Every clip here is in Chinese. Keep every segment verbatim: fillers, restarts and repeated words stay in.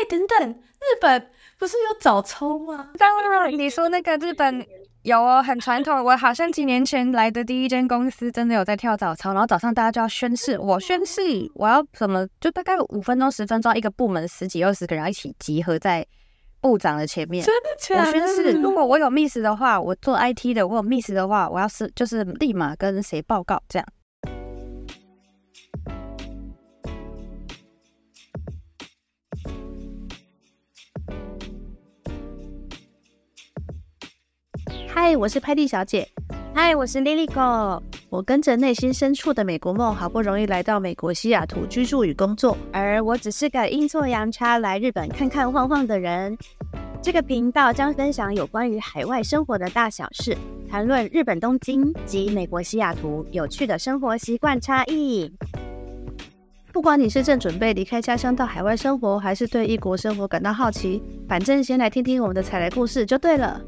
等等，日本不是有早抽吗？ 当然，你说那个日本有哦，很传统。我好像几年前来的第一间公司真的有在跳早操，然后早上大家就要宣誓，我宣誓我要什么，就大概五分钟十分钟，一个部门十几二十个人一起集合在部长的前面。 真的假的？ 我宣誓，如果我有 miss 的话，我做 I T 的，我有 miss 的话，我要是就是立马跟谁报告这样。 嗨，我是派蒂小姐。 嗨，我是 Lilico。 我跟着内心深处的美国梦，好不容易来到美国西雅图居住与工作， 而我只是个阴错阳差来日本看看晃晃的人。这个频道将分享有关于海外生活的大小事，谈论日本东京及美国西雅图有趣的生活习惯差异。 不管你是正准备离开家乡到海外生活，还是对异国生活感到好奇，反正先来听听我们的踩雷故事就对了。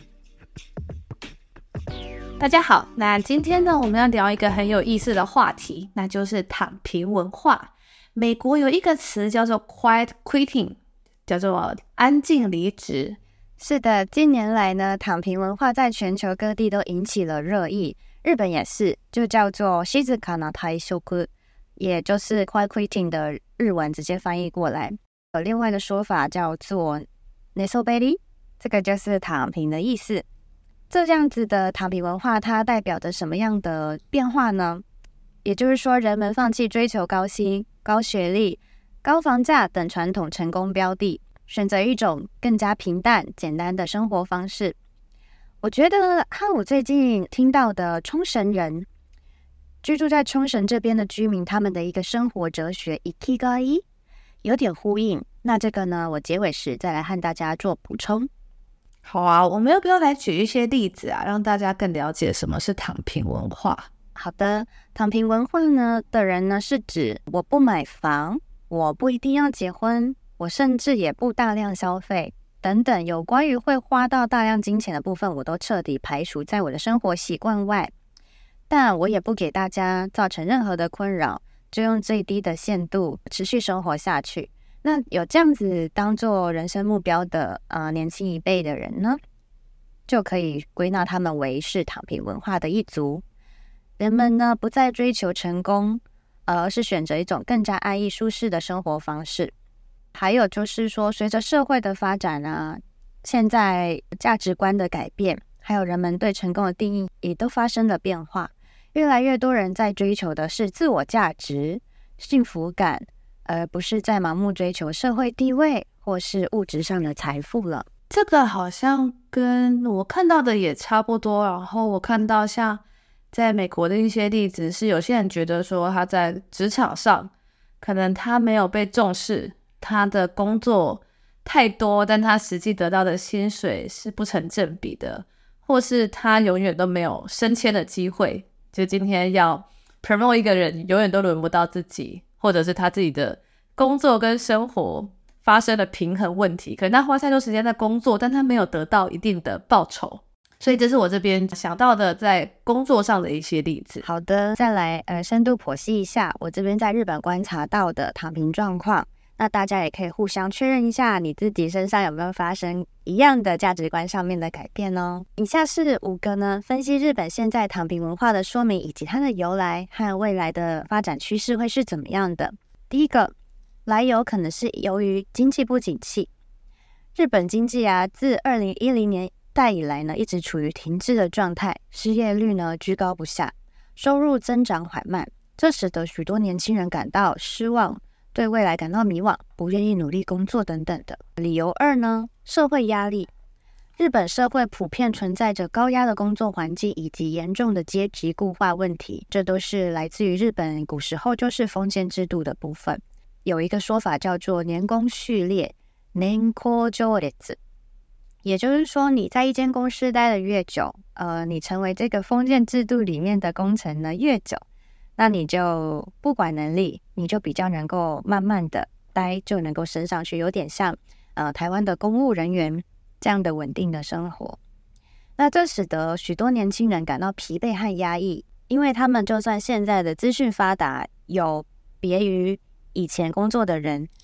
大家好，那今天呢，我们要聊一个很有意思的话题，那就是躺平文化。美国有一个词叫做 quiet quitting， 叫做安静离职。 是的，近年来呢，躺平文化在全球各地都引起了热议，日本也是，就叫做静かな退職，也就是 quiet quitting 的日文直接翻译过来。有另外一个说法叫做 nesoberi， 这个就是躺平的意思。这样子的躺平文化，它代表着什么样的变化呢？也就是说，人们放弃追求高薪、高学历、高房价等传统成功标的，选择一种更加平淡、简单的生活方式。我觉得和我最近听到的冲绳人，居住在冲绳这边的居民，他们的一个生活哲学 Ikigai 有点呼应。那这个呢，我结尾时再来和大家做补充。 好啊，我们要不要来举一些例子啊，让大家更了解什么是躺平文化？ 好的，躺平文化呢的人呢，是指我不买房，我不一定要结婚，我甚至也不大量消费等等，有关于会花到大量金钱的部分，我都彻底排除在我的生活习惯外。但我也不给大家造成任何的困扰，就用最低的限度持续生活下去。那有这样子当做人生目标的呃年轻一辈的人呢，就可以归纳他们为是躺平文化的一族。人们呢不再追求成功，而是选择一种更加安逸舒适的生活方式。还有就是说，随着社会的发展啊，现在价值观的改变，还有人们对成功的定义也都发生了变化。越来越多人在追求的是自我价值、幸福感，而不是在盲目追求社会地位或是物质上的财富了。 这个好像跟我看到的也差不多。然后我看到像在美国的一些例子，是有些人觉得说他在职场上可能他没有被重视，他的工作太多，但他实际得到的薪水是不成正比的，或是他永远都没有升迁的机会，就今天要 promote 一个人永远都轮不到自己，或者是他自己的工作跟生活发生了平衡问题，可能他花太多时间在工作，但他没有得到一定的报酬。所以这是我这边想到的在工作上的一些例子。 好的，再来呃深度剖析一下我这边在日本观察到的躺平状况，那大家也可以互相确认一下你自己身上有没有发生一样的价值观上面的改变哦。以下是五个呢分析日本现在躺平文化的说明，以及它的由来和未来的发展趋势会是怎么样的。第一个来由可能是由于经济不景气，日本经济啊自二零一零年代以来呢一直处于停滞的状态，失业率呢居高不下，收入增长缓慢，这使得许多年轻人感到失望，对未来感到迷惘，不愿意努力工作等等的。理由二呢，社会压力。日本社会普遍存在着高压的工作环境以及严重的阶级固化问题，这都是来自于日本古时候就是封建制度的部分。有一个说法叫做年功序列 年功序列，也就是说你在一间公司待得越久，呃，你成为这个封建制度里面的工程呢越久，那你就不管能力，你就比较能够慢慢的待就能够升上去，有点像呃台湾的公务人员这样的稳定的生活。那这使得许多年轻人感到疲惫和压抑，因为他们就算现在的资讯发达，有别于以前工作的人，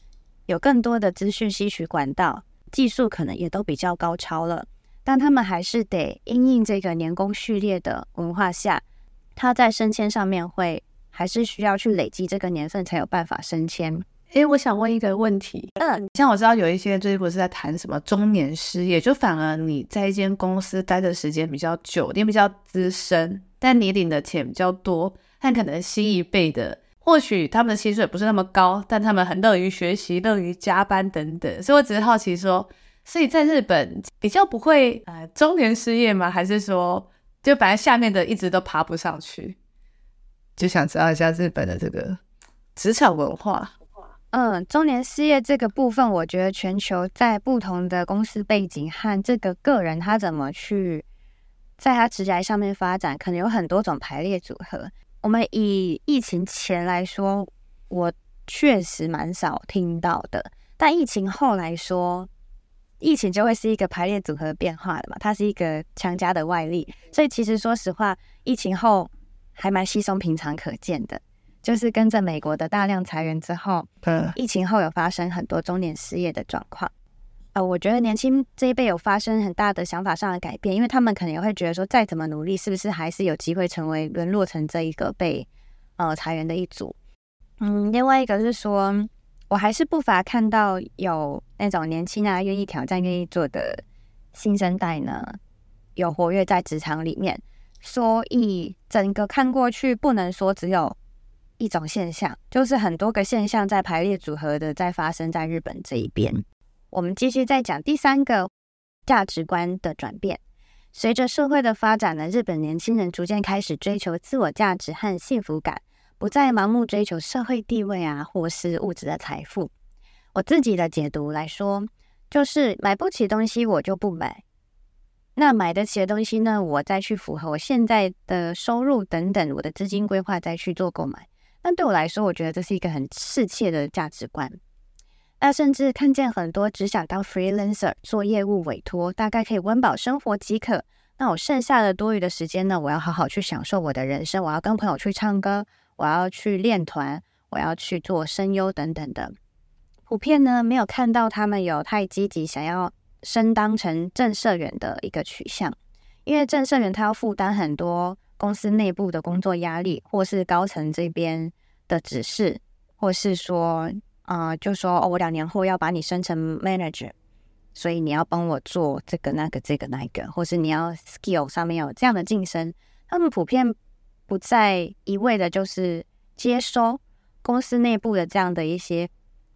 有更多的资讯吸取管道，技术可能也都比较高超了，但他们还是得因应这个年功序列的文化下，他在升迁上面会还是需要去累积这个年份才有办法升迁。 诶，我想问一个问题， 嗯， 像我知道有一些最近不是在谈什么中年失业，就反而你在一间公司待的时间比较久，你比较资深，但你领的钱比较多，但可能新一辈的或许他们的薪水不是那么高，但他们很乐于学习，乐于加班等等。所以我只是好奇说，所以在日本比较不会呃中年失业吗？还是说就本来下面的一直都爬不上去？就想知道一下日本的这个职场文化。 嗯，中年失业这个部分，我觉得全球在不同的公司背景和这个个人他怎么去在他职涯上面发展，可能有很多种排列组合。我们以疫情前来说，我确实蛮少听到的，但疫情后来说，疫情就会是一个排列组合变化的嘛，它是一个强加的外力，所以其实说实话，疫情后还蛮稀松平常可见的。就是跟着美国的大量裁员之后， 嗯， 疫情后有发生很多中年失业的状况。呃，我觉得年轻这一辈有发生很大的想法上的改变，因为他们可能也会觉得说，再怎么努力，是不是还是有机会成为沦落成这一个被呃裁员的一族。嗯，另外一个是说，我还是不乏看到有那种年轻啊，愿意挑战、愿意做的新生代呢，有活跃在职场里面。所以整个看过去，不能说只有一种现象，就是很多个现象在排列组合的在发生在日本这一边。我们继续再讲第三个价值观的转变。随着社会的发展呢，日本年轻人逐渐开始追求自我价值和幸福感，不再盲目追求社会地位啊，或是物质的财富。我自己的解读来说，就是买不起东西我就不买，那买得起的东西呢，我再去符合我现在的收入等等我的资金规划再去做购买。那对我来说，我觉得这是一个很适切的价值观。那甚至看见很多只想当 freelancer 做业务委托，大概可以温饱生活即可。那我剩下的多余的时间呢，我要好好去享受我的人生，我要跟朋友去唱歌，我要去练团，我要去做声优等等的。普遍呢，没有看到他们有太积极想要升当成正社员的一个取向，因为正社员他要负担很多公司内部的工作压力，或是高层这边的指示，或是说，呃，就说、哦、我两年后要把你升成 manager， 所以你要帮我做这个那个这个那个，或是你要 skill 上面有这样的晋升。他们普遍不再一味的就是接收公司内部的这样的一些，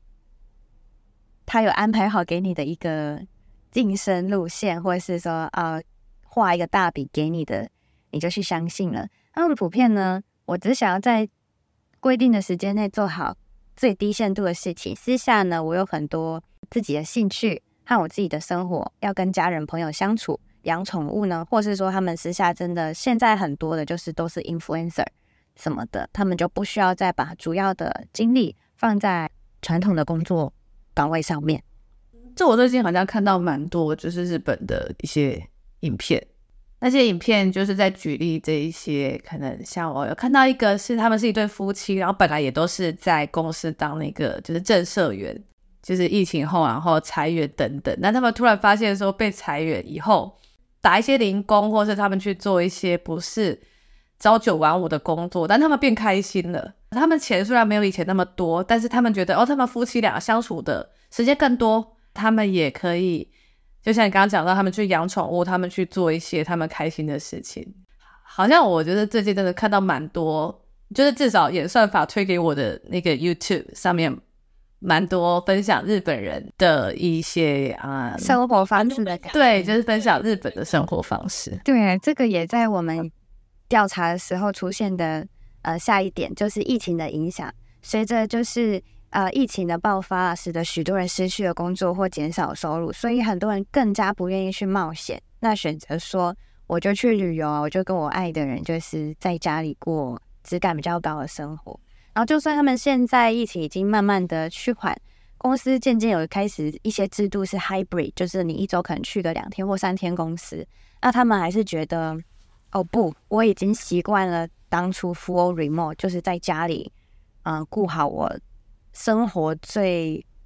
他有安排好给你的一个晋升路线，或者是说呃画一个大饼给你的，你就去相信了。他们普遍呢，我只想要在规定的时间内做好最低限度的事情，私下呢，我有很多自己的兴趣和我自己的生活，要跟家人朋友相处，养宠物呢，或是说他们私下真的现在很多的就是都是 influencer 什么的，他们就不需要再把主要的精力放在传统的工作岗位上面。 这我最近好像看到蛮多就是日本的一些影片，那些影片就是在举例这一些，可能像我有看到一个是他们是一对夫妻，然后本来也都是在公司当那个就是正社员，就是疫情后然后裁员等等，那他们突然发现说被裁员以后打一些零工，或是他们去做一些不是朝九晚五的工作，但他们变开心了。他们钱虽然没有以前那么多，但是他们觉得哦，他们夫妻俩相处的时间更多，他们也可以就像你刚刚讲到，他们去养宠物，他们去做一些他们开心的事情。好像我觉得最近真的看到蛮多，就是至少演算法推给我的那个 YouTube 上面蛮多分享日本人的一些啊、呃、 生活方式的感觉， 对，就是分享日本的生活方式。 对，这个也在我们调查的时候出现的呃下一点，就是疫情的影响。随着就是呃疫情的爆发，使得许多人失去了工作或减少收入，所以很多人更加不愿意去冒险，那选择说我就去旅游啊，我就跟我爱的人就是在家里过质感比较高的生活。然后就算他们现在疫情已经慢慢的趋缓，公司渐渐有开始一些制度是 hybrid， 就是你一周可能去个两天或三天公司，那他们还是觉得哦不，我已经习惯了当初 full remote， 就是在家里嗯顾好我生活最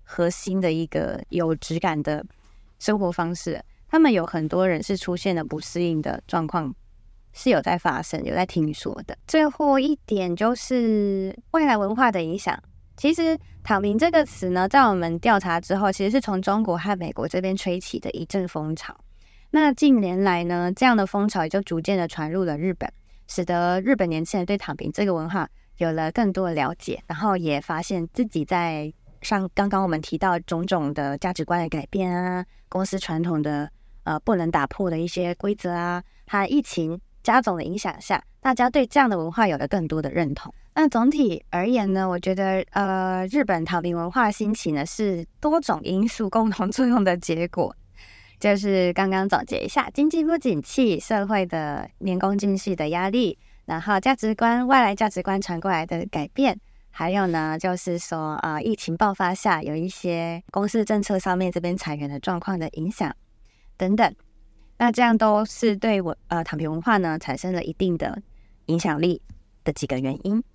核心的一个有质感的生活方式，他们有很多人是出现了不适应的状况，是有在发生，有在听说的。最后一点就是外来文化的影响。其实躺平这个词呢，在我们调查之后，其实是从中国和美国这边吹起的一阵风潮。那近年来呢，这样的风潮也就逐渐的传入了日本，使得日本年轻人对躺平这个文化有了更多的了解，然后也发现自己在像刚刚我们提到种种的价值观的改变啊，公司传统的呃不能打破的一些规则啊，和疫情加总的影响下，大家对这样的文化有了更多的认同。那总体而言呢，我觉得呃，日本躺平文化兴起呢，是多种因素共同作用的结果。就是刚刚总结一下，经济不景气、社会的年功尽弃的压力，然后价值观、外来价值观传过来的改变，还有呢，就是说呃，疫情爆发下有一些公司政策上面这边裁员的状况的影响等等。那这样都是对我呃躺平文化呢产生了一定的影响力的几个原因。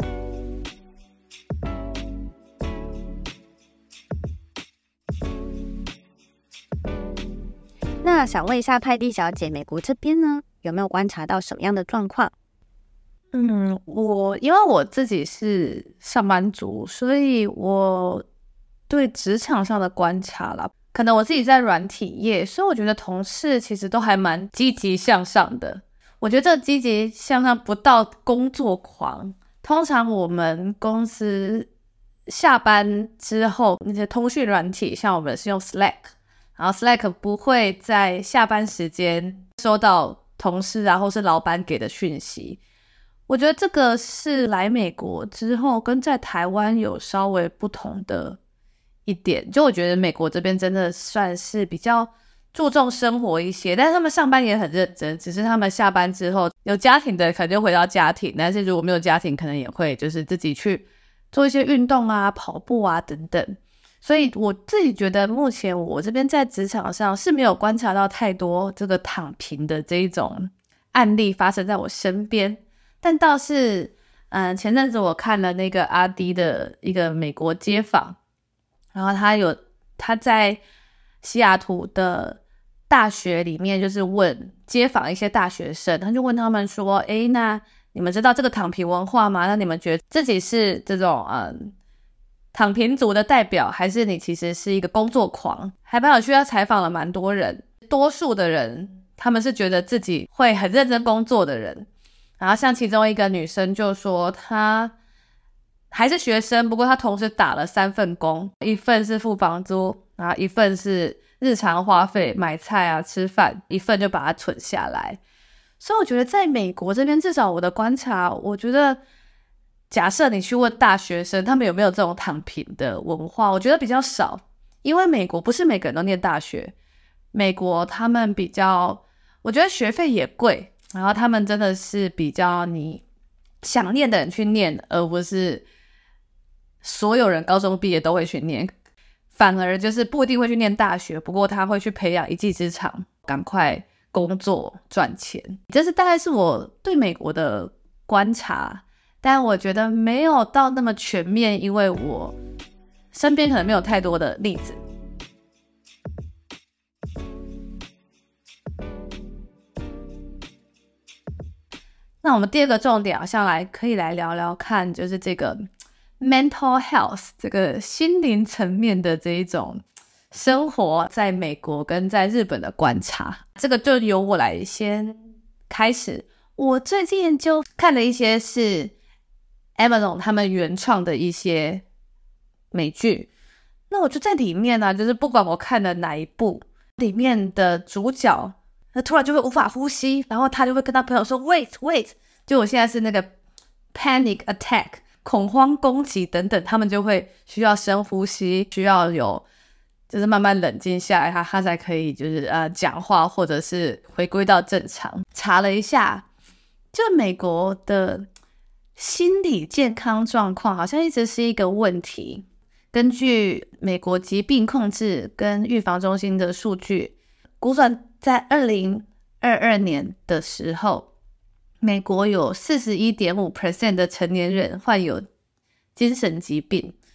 那想问一下派蒂小姐，美国这边呢有没有观察到什么样的状况？ 嗯，我因为我自己是上班族，所以我对职场上的观察啦，可能我自己在软体业，所以我觉得同事其实都还蛮积极向上的。我觉得这个积极向上不到工作狂，通常我们公司下班之后，那些通讯软体，像我们是用 Slack， 然后 Slack 不会在下班时间收到同事啊或是老板给的讯息。我觉得这个是来美国之后跟在台湾有稍微不同的一点，就我觉得美国这边真的算是比较注重生活一些，但是他们上班也很认真，只是他们下班之后有家庭的可能就回到家庭，但是如果没有家庭可能也会就是自己去做一些运动啊、跑步啊等等。所以我自己觉得目前我这边在职场上是没有观察到太多这个躺平的这一种案例发生在我身边，但倒是嗯，前阵子我看了那个阿迪的一个美国街访，然后他有他在西雅图的大学里面就是问街访一些大学生，他就问他们说，诶，那你们知道这个躺平文化吗？那你们觉得自己是这种嗯躺平族的代表，还是你其实是一个工作狂？还蛮有趣，他采访了蛮多人，多数的人他们是觉得自己会很认真工作的人，然后像其中一个女生就说她还是学生，不过她同时打了三份工，一份是付房租，然后一份是日常花费买菜啊吃饭，一份就把它存下来。所以我觉得在美国这边，至少我的观察，我觉得假设你去问大学生他们有没有这种躺平的文化，我觉得比较少，因为美国不是每个人都念大学，美国他们比较，我觉得学费也贵，然后他们真的是比较你想念的人去念，而不是所有人高中毕业都会去念，反而就是不一定会去念大学，不过他会去培养一技之长，赶快工作赚钱。这是大概是我对美国的观察，但我觉得没有到那么全面，因为我身边可能没有太多的例子。那我们第二个重点好像来可以来聊聊看，就是这个 mental health 这个心灵层面的这一种生活在美国跟在日本的观察，这个就由我来先开始。我最近就看了一些是 Amazon 他们原创的一些美剧，那我就在里面啊，就是不管我看的哪一部，里面的主角他突然就会无法呼吸，然后他就会跟他朋友说 wait wait， 就我现在是那个 panic attack 恐慌攻击等等，他们就会需要深呼吸，需要有就是慢慢冷静下来，他他才可以就是呃讲话或者是回归到正常。查了一下，就美国的心理健康状况好像一直是一个问题。根据美国疾病控制跟预防中心的数据，估算在二零二二年的时候，美国有 百分之四十一点五 的成年人患有精神疾病，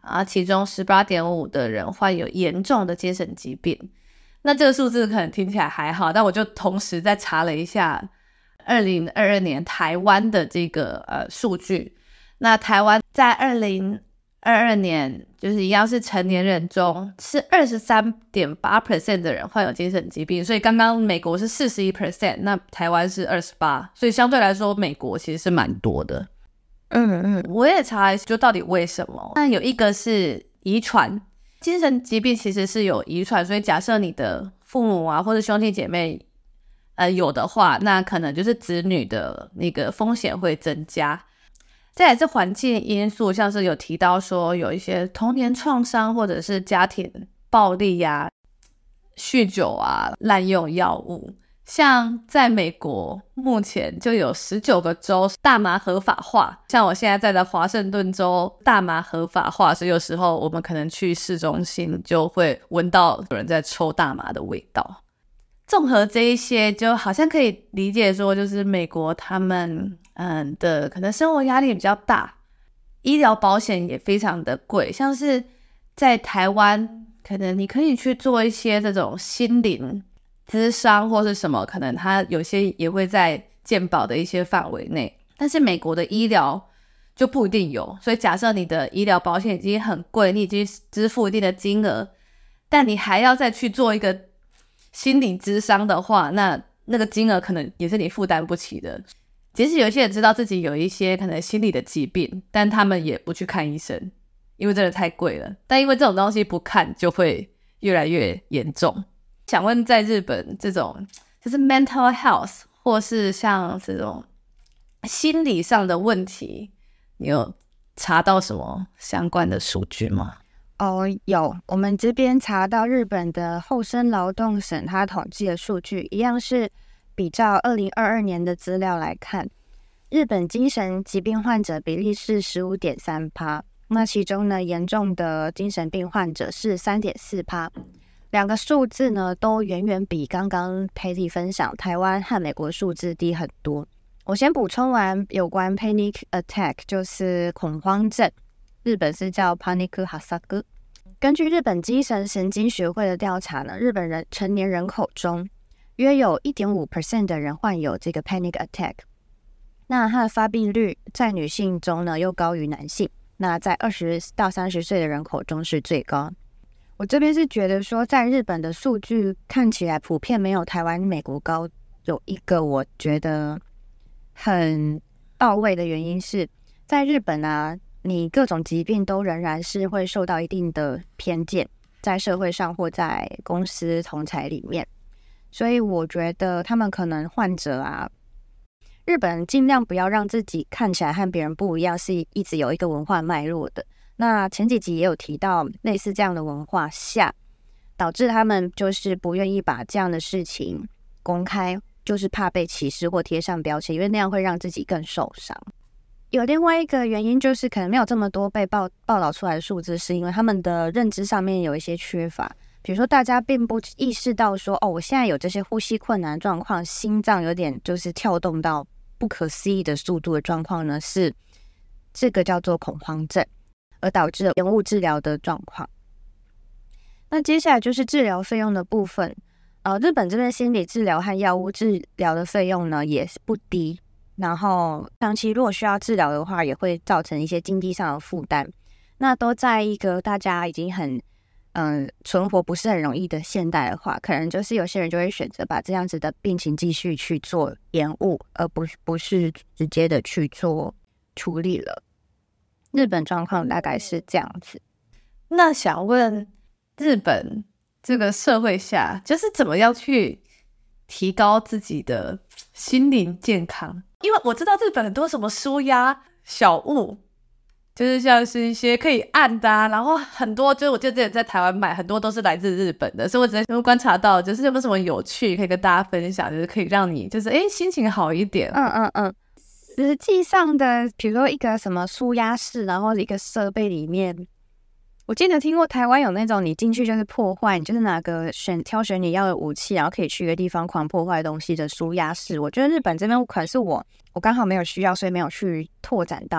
啊，其中 百分之十八点五 的人患有严重的精神疾病。那这个数字可能听起来还好，但我就同时再查了一下二零二二年台湾的这个呃数据。那台湾在二零二二年就是一样是成年人中是 百分之二十三点八 的人患有精神疾病，所以刚刚美国是 百分之四十一， 那台湾是二十八，所以相对来说美国其实是蛮多的。 嗯嗯， 我也查一下就到底为什么。那有一个是遗传，精神疾病其实是有遗传，所以假设你的父母啊或者兄弟姐妹呃有的话，那可能就是子女的那个风险会增加。再来是环境因素，像是有提到说有一些童年创伤或者是家庭暴力啊、酗酒啊、滥用药物。像在美国目前就有十九个州大麻合法化，像我现在在的华盛顿州大麻合法化，所以有时候我们可能去市中心就会闻到有人在抽大麻的味道。综合这一些，就好像可以理解说，就是美国他们嗯的可能生活压力比较大，医疗保险也非常的贵，像是在台湾可能你可以去做一些这种心灵咨商或是什么，可能它有些也会在健保的一些范围内，但是美国的医疗就不一定有，所以假设你的医疗保险已经很贵，你已经支付一定的金额，但你还要再去做一个心理咨商的话，那那个金额可能也是你负担不起的。即使有些人知道自己有一些可能心理的疾病，但他们也不去看医生，因为真的太贵了，但因为这种东西不看就会越来越严重。想问在日本这种就是 mental health 或是像这种心理上的问题，你有查到什么相关的数据吗？ 哦，有，我们这边查到日本的厚生劳动省它统计的数据，一样是比照二零二二年的资料来看，日本精神疾病患者比例是 百分之十五点三， 那其中呢严重的精神病患者是 百分之三点四， 两个数字呢都远远比刚刚 Patty 分享台湾和美国数字低很多。我先补充完有关 panic attack， 就是恐慌症，日本是叫 panic attack。 根据日本精神神经学会的调查呢，日本人成年人口中约有 百分之一点五 的人患有这个 panic attack， 那它的发病率在女性中呢又高于男性，那在二十到三十岁的人口中是最高。我这边是觉得说在日本的数据看起来普遍没有台湾美国高，有一个我觉得很到位的原因是在日本啊，你各种疾病都仍然是会受到一定的偏见，在社会上或在公司同侪里面，所以我觉得他们可能患者啊，日本尽量不要让自己看起来和别人不一样，是一直有一个文化脉络的。那前几集也有提到类似这样的文化下，导致他们就是不愿意把这样的事情公开，就是怕被歧视或贴上标签，因为那样会让自己更受伤。有另外一个原因就是可能没有这么多被 报, 报道出来的数字，是因为他们的认知上面有一些缺乏，比如说大家并不意识到说哦，我现在有这些呼吸困难状况，心脏有点就是跳动到不可思议的速度的状况呢，是这个叫做恐慌症，而导致延误治疗的状况。那接下来就是治疗费用的部分，呃，日本这边心理治疗和药物治疗的费用呢也是不低，然后长期如果需要治疗的话，也会造成一些经济上的负担。那都在一个大家已经很嗯存活不是很容易的现代的话，可能就是有些人就会选择把这样子的病情继续去做延误，而不不是直接的去做处理了。日本状况大概是这样子。 那想问日本这个社会下，就是怎么样去提高自己的心灵健康？因为我知道日本很多什么舒压小物，就是像是一些可以按的啊，然后很多就是我记得之前在台湾买很多都是来自日本的，所以我只能观察到就是有没有什么有趣可以跟大家分享，就是可以让你就是诶心情好一点。 嗯嗯嗯，实际上的比如说一个什么舒压室，然后一个设备里面，我记得听过台湾有那种你进去就是破坏，你就是拿个选挑选你要的武器，然后可以去一个地方狂破坏东西的舒压室。我觉得日本这边可能是我我刚好没有需要，所以没有去拓展到。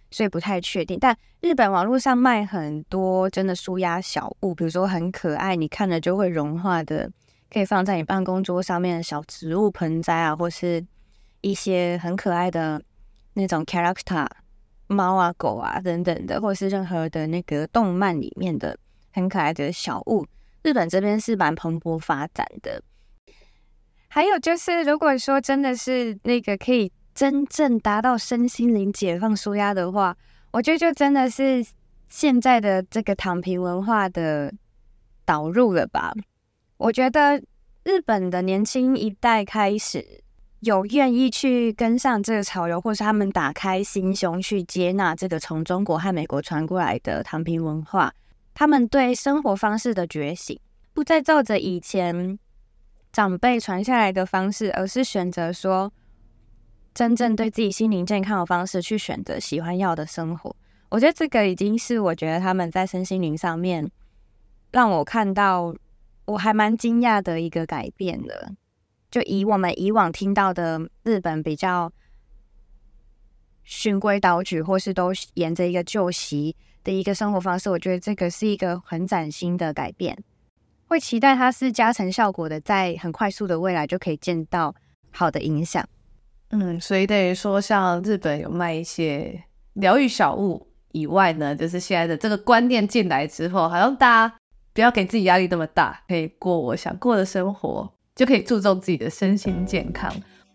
所以不太确定。但日本网络上卖很多真的舒压小物，比如说很可爱，你看了就会融化的，可以放在你办公桌上面的小植物盆栽啊，或是一些很可爱的那种 character 猫啊狗啊等等的，或是任何的那个动漫里面的很可爱的小物，日本这边是蛮蓬勃发展的。还有就是如果说真的是那个可以真正达到身心灵解放舒压的话，我觉得就真的是现在的这个躺平文化的导入了吧。我觉得日本的年轻一代开始有愿意去跟上这个潮流，或是他们打开心胸去接纳这个从中国和美国传过来的躺平文化，他们对生活方式的觉醒，不再照着以前长辈传下来的方式，而是选择说真正对自己心灵健康的方式去选择喜欢要的生活。我觉得这个已经是我觉得他们在身心灵上面让我看到我还蛮惊讶的一个改变了。就以我们以往听到的日本比较循规蹈矩，或是都沿着一个旧习的一个生活方式，我觉得这个是一个很崭新的改变，会期待它是加成效果的，在很快速的未来就可以见到好的影响。 嗯，所以等于说像日本有卖一些疗愈小物以外呢，就是现在的这个观念进来之后，好像大家不要给自己压力那么大，可以过我想过的生活，就可以注重自己的身心健康。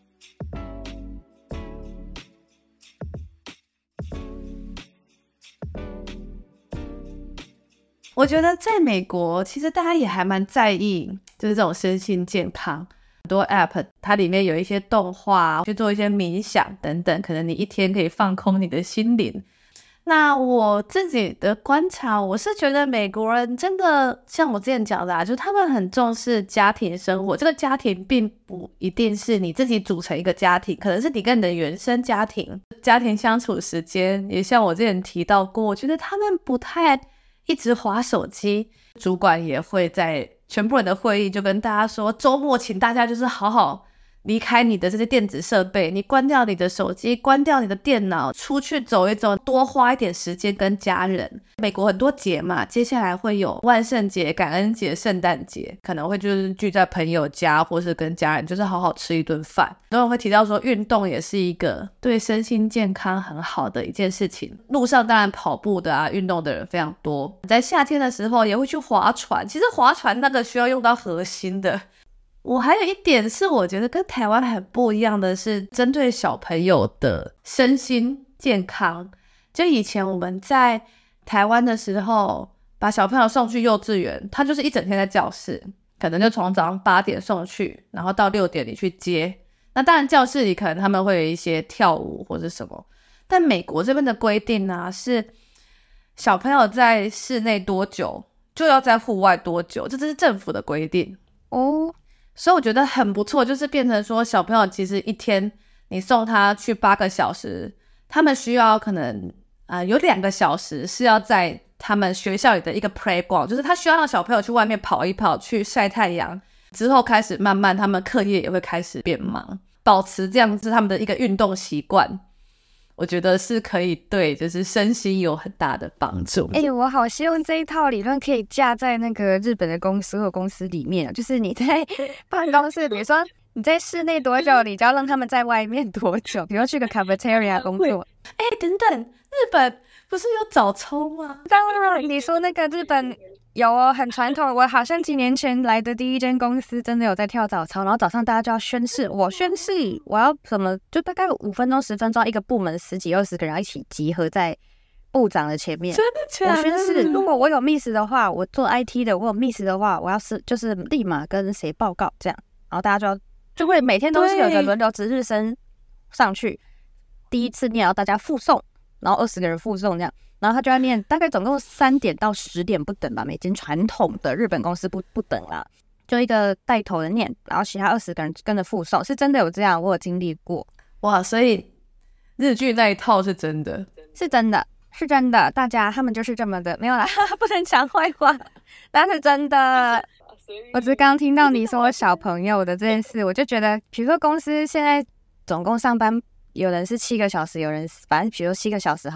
我觉得在美国其实大家也还蛮在意就是这种身心健康，很多 app 它里面有一些动画去做一些冥想等等，可能你一天可以放空你的心灵。那我自己的观察，我是觉得美国人真的像我之前讲的啊，就是他们很重视家庭生活。这个家庭并不一定是你自己组成一个家庭，可能是你跟你的原生家庭家庭相处时间，也像我之前提到过，我觉得他们不太一直滑手机，主管也会在全部人的会议就跟大家说，周末请大家就是好好离开你的这些电子设备，你关掉你的手机，关掉你的电脑，出去走一走，多花一点时间跟家人。美国很多节嘛，接下来会有万圣节、感恩节、圣诞节，可能会就是聚在朋友家，或是跟家人就是好好吃一顿饭。很多人会提到说运动也是一个对身心健康很好的一件事情，路上当然跑步的啊，运动的人非常多。在夏天的时候也会去划船，其实划船那个需要用到核心的。我还有一点是我觉得跟台湾很不一样的是针对小朋友的身心健康。就以前我们在台湾的时候把小朋友送去幼稚园，他就是一整天在教室，可能就从早上八点送去，然后到六点你去接。那当然教室里可能他们会有一些跳舞或者什么，但美国这边的规定啊是小朋友在室内多久就要在户外多久，这是政府的规定哦。 所以我觉得很不错，就是变成说小朋友其实一天你送他去八个小时，他们需要可能、呃、有两个小时是要在他们学校里的一个 playground， 就是他需要让小朋友去外面跑一跑，去晒太阳，之后开始慢慢他们课业也会开始变忙，保持这样子他们的一个运动习惯，我觉得是可以对就是身心有很大的帮助。 哎、欸，我好希望这一套理论可以架在那个日本的公司或公司里面，就是你在办公室，比如说你在室内多久，你就要让他们在外面多久，比如去个 cafeteria 工作。 哎、欸，等等，日本不是有早操吗？ 当然，你说那个日本有哦，很传统。我好像几年前来的第一间公司真的有在跳早操，然后早上大家就要宣誓，我宣誓我要什么，就大概五分钟十分钟，一个部门十几二十个人一起集合在部长的前面。 真的假的？ 我宣誓，如果我有 miss 的话，我做 I T 的，我有 miss 的话，我要是就是立马跟谁报告这样，然后大家就要就会每天都是有个轮流值日生上去，第一次念，然后大家附送，然后二十个人附送这样。然后他就要念，大概总共三点到十点不等吧，每间传统的日本公司不不等啦，就一个带头的念，然后其他二十个人跟着附送，是真的有这样，我有经历过。 哇，所以日剧那一套是真的， 是真的，是真的，大家他们就是这么的，没有啦，不能讲坏话，但是真的。我只是刚刚听到你说小朋友的这件事，我就觉得，比如说公司现在总共上班，有人是七个小时，有人反正比如七个小时好了。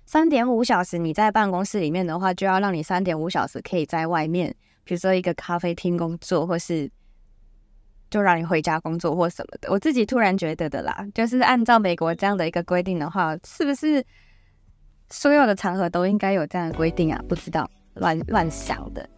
三点五小时你在办公室里面的话，就要让你三点五小时可以在外面，比如说一个咖啡厅工作，或是就让你回家工作或什么的。我自己突然觉得的啦，就是按照美国这样的一个规定的话，是不是所有的场合都应该有这样的规定啊？不知道，乱乱想的。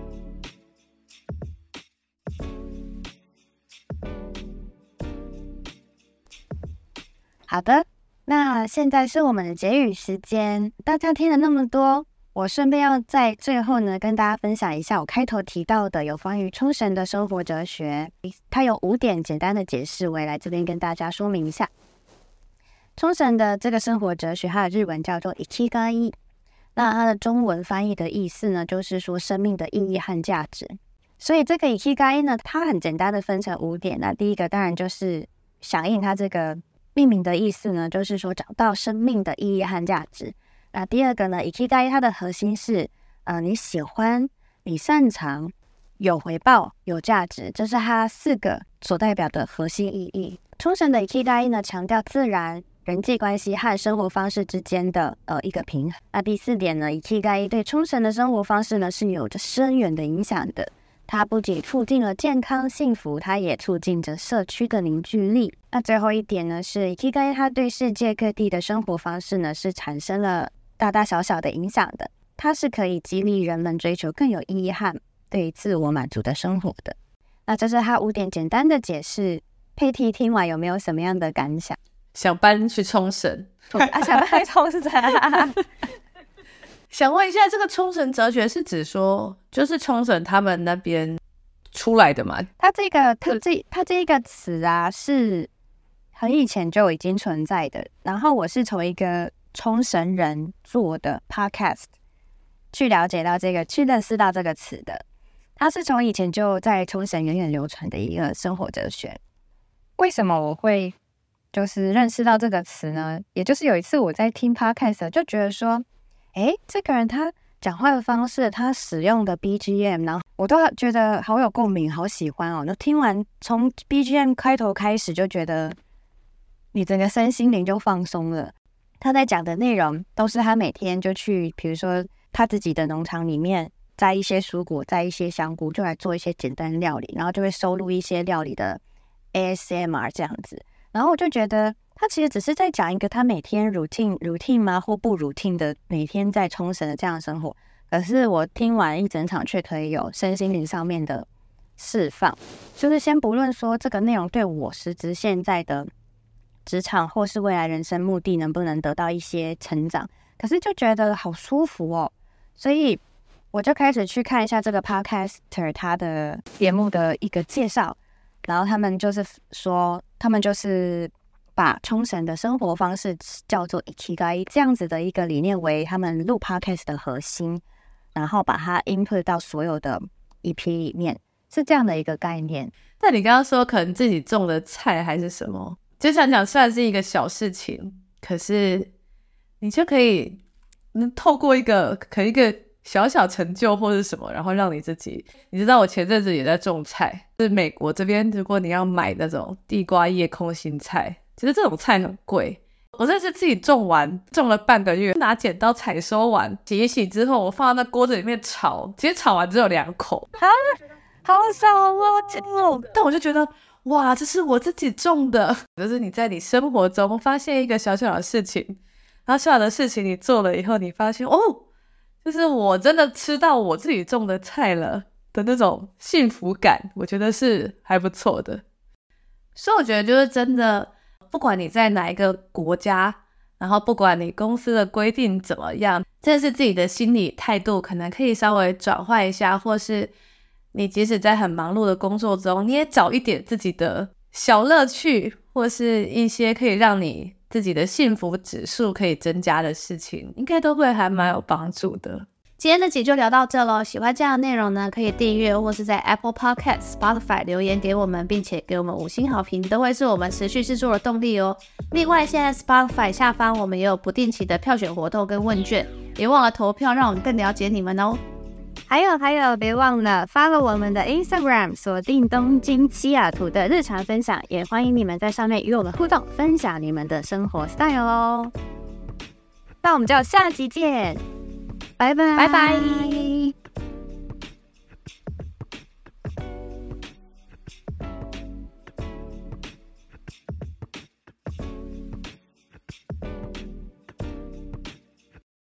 好的，那现在是我们的结语时间。大家听了那么多，我顺便要在最后呢跟大家分享一下我开头提到的有关于冲绳的生活哲学，它有五点简单的解释，我也来这边跟大家说明一下。冲绳的这个生活哲学，它的日文叫做 Ikigai， 那它的中文翻译的意思呢，就是说生命的意义和价值。所以这个 Ikigai 呢，它很简单的分成五点。那第一个当然就是响应它这个命名的意思呢，就是说找到生命的意义和价值。那第二个呢 Ikigai 它的核心是呃你喜欢、你擅长、有回报、有价值，这是它四个所代表的核心意义。冲绳的 Ikigai 呢，强调自然、人际关系和生活方式之间的呃一个平衡。那第四点呢 Ikigai 对冲绳的生活方式呢是有着深远的影响的。它不仅促进了健康幸福，它也促进着社区的凝聚力。那最后一点呢，是 Ikigai 它对世界各地的生活方式呢是产生了大大小小的影响的。它是可以激励人们追求更有意义和对自我满足的生活的。那这是它五点简单的解释。佩蒂听完有没有什么样的感想？ 想搬去冲绳啊，想搬去冲绳想问一下，这个冲绳哲学是指说，就是冲绳他们那边出来的吗？ 它这个，它这，它这一个词啊，是很以前就已经存在的。然后我是从一个冲绳人做的 podcast 去了解到这个，去认识到这个词的。它是从以前就在冲绳源远流传的一个生活哲学。为什么我会就是认识到这个词呢？也就是有一次我在听 podcast 就觉得说，诶，这个人他讲话的方式，他使用的 B G M， 然后我都觉得好有共鸣，好喜欢哦。那听完从 B G M 开头开始，就觉得你整个身心灵就放松了。他在讲的内容都是他每天就去，比如说他自己的农场里面摘一些蔬果，摘一些香菇，就来做一些简单料理，然后就会收录一些料理的 A S M R 这样子。然后我就觉得他其实只是在讲一个他每天 routine routine 吗或不 routine 的每天在冲绳的这样的生活，可是我听完一整场却可以有身心灵上面的释放。就是先不论说这个内容对我实质现在的职场或是未来人生目的能不能得到一些成长，可是就觉得好舒服哦。所以我就开始去看一下这个 podcaster 他的节目的一个介绍，然后他们就是说他们就是把冲绳的生活方式叫做 Ikigai 这样子的一个理念为他们录 podcast 的核心，然后把它 input 到所有的 E P 里面，是这样的一个概念。 但你刚刚说可能自己种的菜还是什么，就想讲虽然是一个小事情，可是你就可以能透过一个可能一个小小成就或是什么，然后让你自己，你知道我前阵子也在种菜，就是美国这边如果你要买那种地瓜叶空心菜，其实这种菜很贵。我这次自己种完，种了半个月，拿剪刀采收完，洗一洗之后，我放到那锅子里面炒，其实炒完只有两口， 啊，好爽哦！ 但我就觉得，哇，这是我自己种的。就是你在你生活中发现一个小小的事情，然后小小的事情你做了以后，你发现哦，就是我真的吃到我自己种的菜了的那种幸福感，我觉得是还不错的。所以我觉得就是真的，不管你在哪一个国家，然后不管你公司的规定怎么样，真的是自己的心理态度可能可以稍微转换一下，或是你即使在很忙碌的工作中，你也找一点自己的小乐趣，或是一些可以让你自己的幸福指数可以增加的事情，应该都会还蛮有帮助的。 今天的集就聊到这咯，喜欢这样的内容呢，可以订阅或是在 Apple Podcast、Spotify 留言给我们，并且给我们五星好评，都会是我们持续制作的动力哦。另外，现在 Spotify 下方我们也有不定期的票选活动跟问卷，别忘了投票，让我们更了解你们哦。 还有还有，别忘了 follow 我们的 Instagram， 锁定东京西雅图的日常分享，也欢迎你们在上面与我们互动，分享你们的生活 style 哦。 那我们就下集见，拜拜， 拜拜。